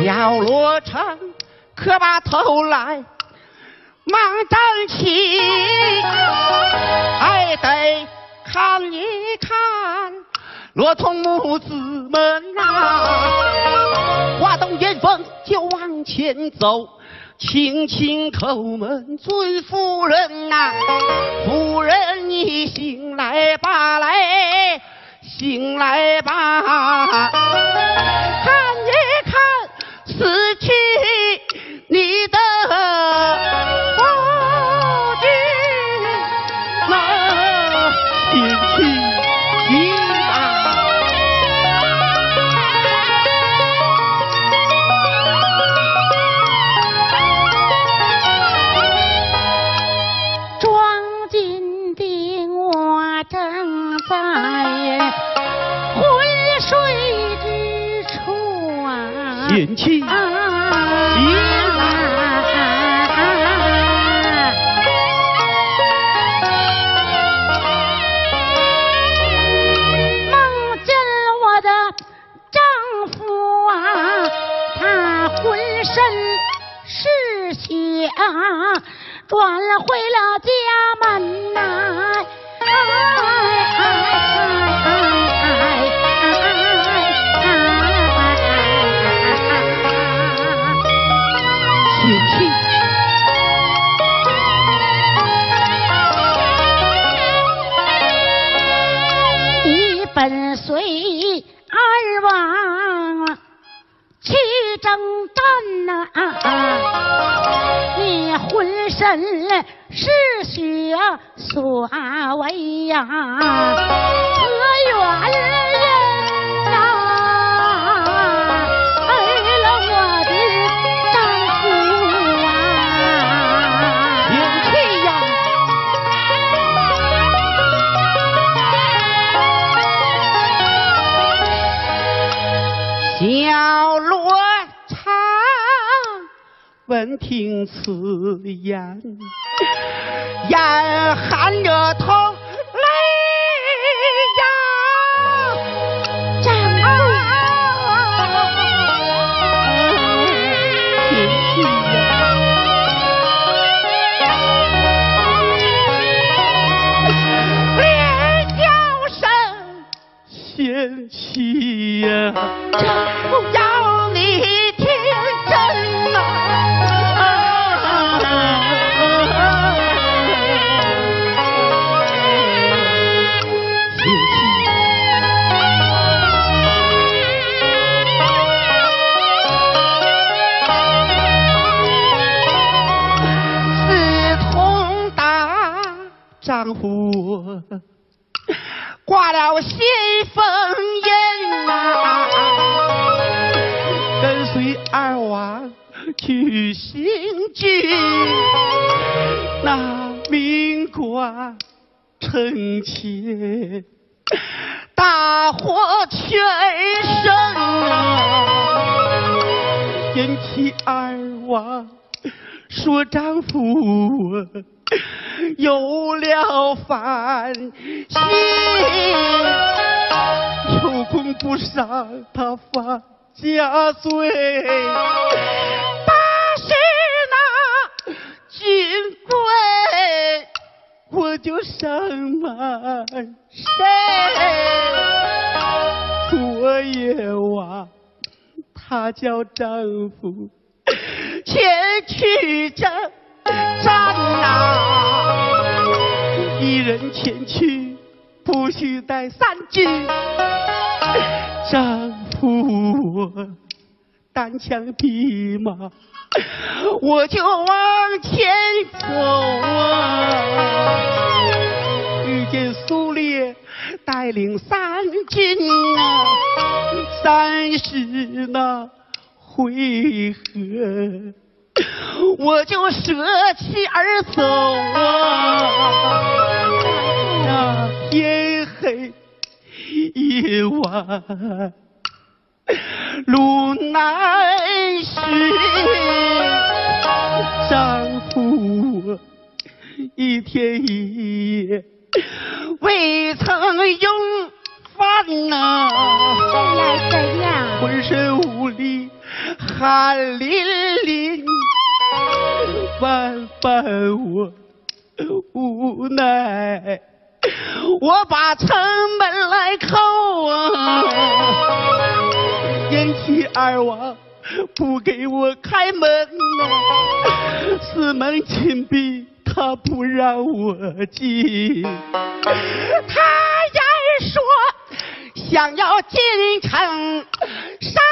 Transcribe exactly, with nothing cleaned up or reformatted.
小罗成可把头来忙站起，还得看一看罗通母子们呐、啊，划动烟风就往前走，轻轻叩门尊夫人呐、啊，夫人你醒来吧来，醒来吧，看一看死去你的夫君那死去你啊， 庄金定我正在昏睡之处啊， 贤妻啊梦见我的丈夫啊，他浑身是血啊，转回了家门呐、哎哎哎贤妻你本随二王去征战呐、啊，你浑身是血所为呀、何远人呐、为了我的丈夫啊， 贤妻呀，小罗成闻听此言，眼含着痛泪呀， 丈夫贤妻呀，连叫声贤妻呀，要你听真啊，贤妻自从打丈夫挂了新封印啊，跟随二王去行军，那民国城前大火全身啊，引起二王说丈夫有了烦心，有功不赏他发家罪，但是那军规我就上满身。昨夜晚他叫丈夫前去征战呐，一人前去不许带三军，丈夫单枪匹马我就往前走啊，遇见苏烈带领三军啊，三十那回合我就舍弃而走啊，那天黑夜晚路难寻，丈夫一天一夜未曾用饭呐、 原来这样， 浑身无力汗淋淋，万般我无奈，我把城门来叩啊，延吉二王不给我开门啊，四门紧闭，他不让我进。他言说想要进城，上